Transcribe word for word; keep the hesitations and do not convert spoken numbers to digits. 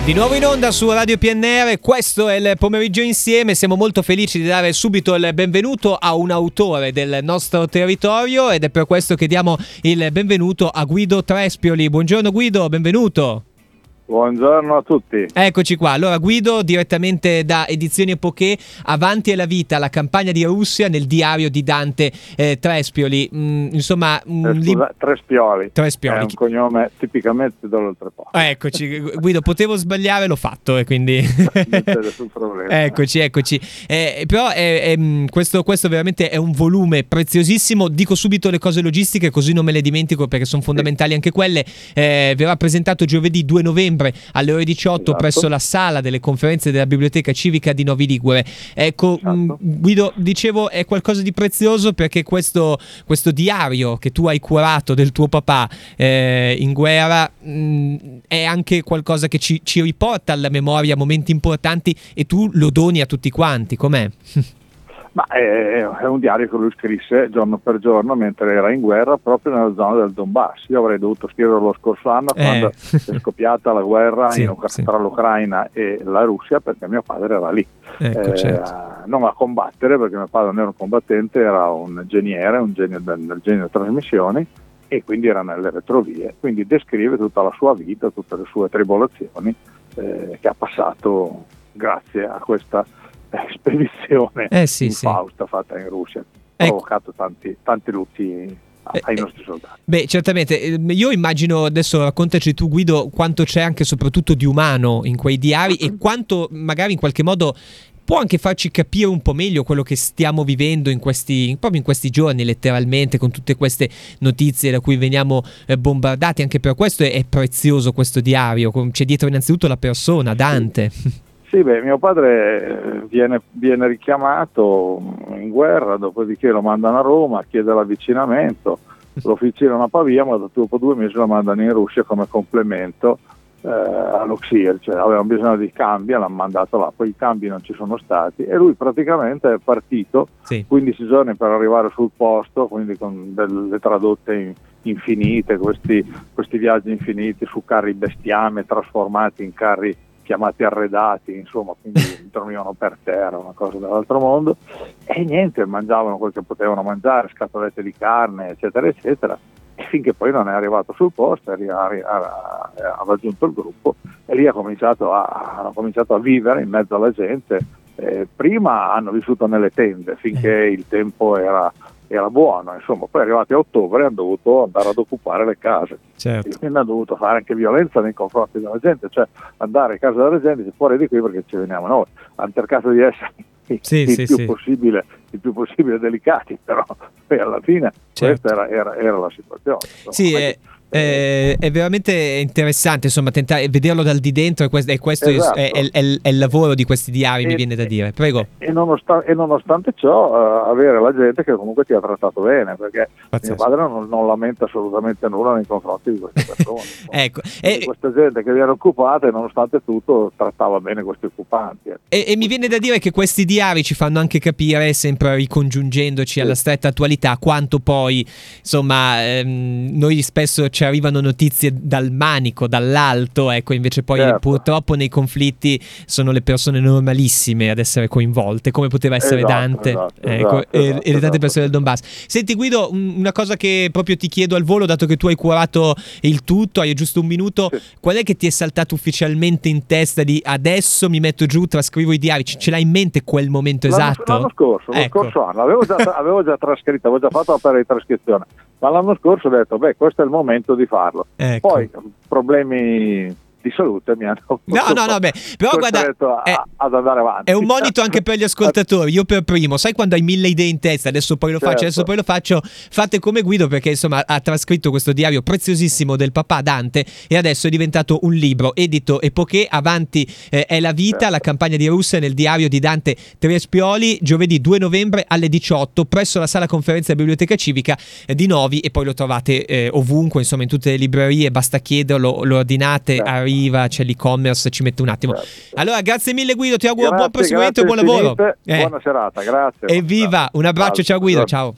Di nuovo in onda su Radio P N R, questo è il pomeriggio insieme. Siamo molto felici di dare subito il benvenuto a un autore del nostro territorio ed è per questo che diamo il benvenuto a Guido Trespioli. Buongiorno Guido, benvenuto. Buongiorno a tutti. Eccoci qua. Allora Guido, direttamente da Edizioni Epoché, Avanti è la vita, la campagna di Russia nel diario di Dante eh, Trespioli. Mm, insomma, un eh, scusa, lib- Trespioli. Trespioli. È un cognome tipicamente dell'Oltrepo. Eccoci, Guido, potevo sbagliare, l'ho fatto e quindi non c'è nessun problema. Eccoci, eccoci. Eh, però è, è, questo, questo veramente è un volume preziosissimo. Dico subito le cose logistiche così non me le dimentico perché sono fondamentali anche quelle. Eh, verrà presentato giovedì due novembre alle ore diciotto, esatto, presso la sala delle conferenze della Biblioteca Civica di Novi Ligure. Ecco, esatto. mh, Guido, dicevo, è qualcosa di prezioso perché questo, questo diario che tu hai curato del tuo papà eh, in guerra mh, è anche qualcosa che ci, ci riporta alla memoria momenti importanti e tu lo doni a tutti quanti. Com'è? Ma è, è un diario che lui scrisse giorno per giorno mentre era in guerra proprio nella zona del Donbass. Io avrei dovuto scriverlo lo scorso anno eh. quando è scoppiata la guerra sì, in, sì. tra l'Ucraina e la Russia, perché mio padre era lì. Ecco, eh, certo. Non a combattere, perché mio padre non era un combattente, era un ingegnere, un genio del, del genio delle trasmissioni, e quindi era nelle retrovie. Quindi descrive tutta la sua vita, tutte le sue tribolazioni eh, che ha passato grazie a questa spedizione eh sì, infausta sì. fatta in Russia, ha provocato tanti, tanti lutti ai eh, nostri soldati. Beh, certamente, io immagino, adesso raccontaci tu Guido, quanto c'è anche soprattutto di umano in quei diari e quanto magari in qualche modo può anche farci capire un po' meglio quello che stiamo vivendo in questi, proprio in questi giorni, letteralmente, con tutte queste notizie da cui veniamo eh, bombardati. Anche per questo è, è prezioso questo diario, c'è dietro innanzitutto la persona, Dante. Sì. Sì, beh, mio padre viene, viene richiamato in guerra, dopodiché lo mandano a Roma, chiede l'avvicinamento, lo ficilano a Pavia, ma dopo due mesi lo mandano in Russia come complemento eh, allo X I R, cioè avevano bisogno di cambi, l'hanno mandato là, poi i cambi non ci sono stati e lui praticamente è partito sì. quindici giorni per arrivare sul posto, quindi con delle tradotte infinite, questi, questi viaggi infiniti su carri bestiame trasformati in carri chiamati arredati, insomma, quindi dormivano per terra, una cosa dall'altro mondo, e niente, mangiavano quel che potevano mangiare, scatolette di carne, eccetera, eccetera, e finché poi non è arrivato sul posto, ha, ha, ha raggiunto il gruppo, e lì ha cominciato a, hanno cominciato a vivere in mezzo alla gente. Eh, prima hanno vissuto nelle tende, finché il tempo era... era buono, insomma, poi arrivati a ottobre hanno dovuto andare ad occupare le case, certo. E quindi hanno dovuto fare anche violenza nei confronti della gente, cioè andare a casa della gente e dire fuori di qui perché ci veniamo noi, hanno cercato di essere sì, il, sì, più sì. possibile, il più possibile delicati, però poi alla fine certo. questa era, era, era la situazione. Insomma, sì, è, è, è veramente interessante, insomma, tentare vederlo dal di dentro, e questo, e questo esatto. è, è, è, è il lavoro di questi diari, e, mi viene da dire. Prego. E, nonostan- e nonostante ciò uh, avere la gente che comunque ti ha trattato bene, perché pazzesco. Mio padre non, non lamenta assolutamente nulla nei confronti di queste persone. Ecco. E questa gente che viene occupata e nonostante tutto trattava bene questi occupanti. E, e mi viene da dire che questi diari ci fanno anche capire, sempre ricongiungendoci sì. alla stretta attualità, quanto poi insomma ehm, noi spesso ci arrivano notizie dal manico, dall'alto, ecco, invece poi certo. purtroppo nei conflitti sono le persone normalissime ad essere coinvolte, come poteva essere esatto, Dante esatto, ecco, esatto, e, esatto, e le tante esatto. persone del Donbass. Senti Guido, una cosa che proprio ti chiedo al volo, dato che tu hai curato il tutto, hai giusto un minuto, sì. qual è che ti è saltato ufficialmente in testa di adesso mi metto giù, trascrivo i diari, ce, ce l'hai in mente quel momento l'anno, esatto? L'anno scorso, ecco. lo scorso anno, avevo già, avevo già trascritto, avevo già fatto l'opera di trascrizione, ma l'anno scorso ho detto, beh, questo è il momento di farlo. Ecco. Poi problemi di salute mi hanno no no no beh però guarda a, è, ad andare avanti. È un monito anche per gli ascoltatori. Io per primo, sai quando hai mille idee in testa, adesso poi lo certo. faccio adesso poi lo faccio fate come Guido, perché insomma ha trascritto questo diario preziosissimo del papà Dante e adesso è diventato un libro edito Epoché, Avanti eh, è la vita, certo. la campagna di Russia nel diario di Dante Trespioli, giovedì due novembre alle diciotto presso la sala conferenza della Biblioteca Civica eh, di Novi, e poi lo trovate eh, ovunque, insomma in tutte le librerie, basta chiederlo, lo ordinate, certo. arriva, c'è l'e-commerce, ci mette un attimo. Certo. Allora grazie mille Guido, ti auguro grazie, buon proseguimento e buon lavoro. Eh. Buona serata, grazie. Evviva, un abbraccio, ciao Guido, ciao.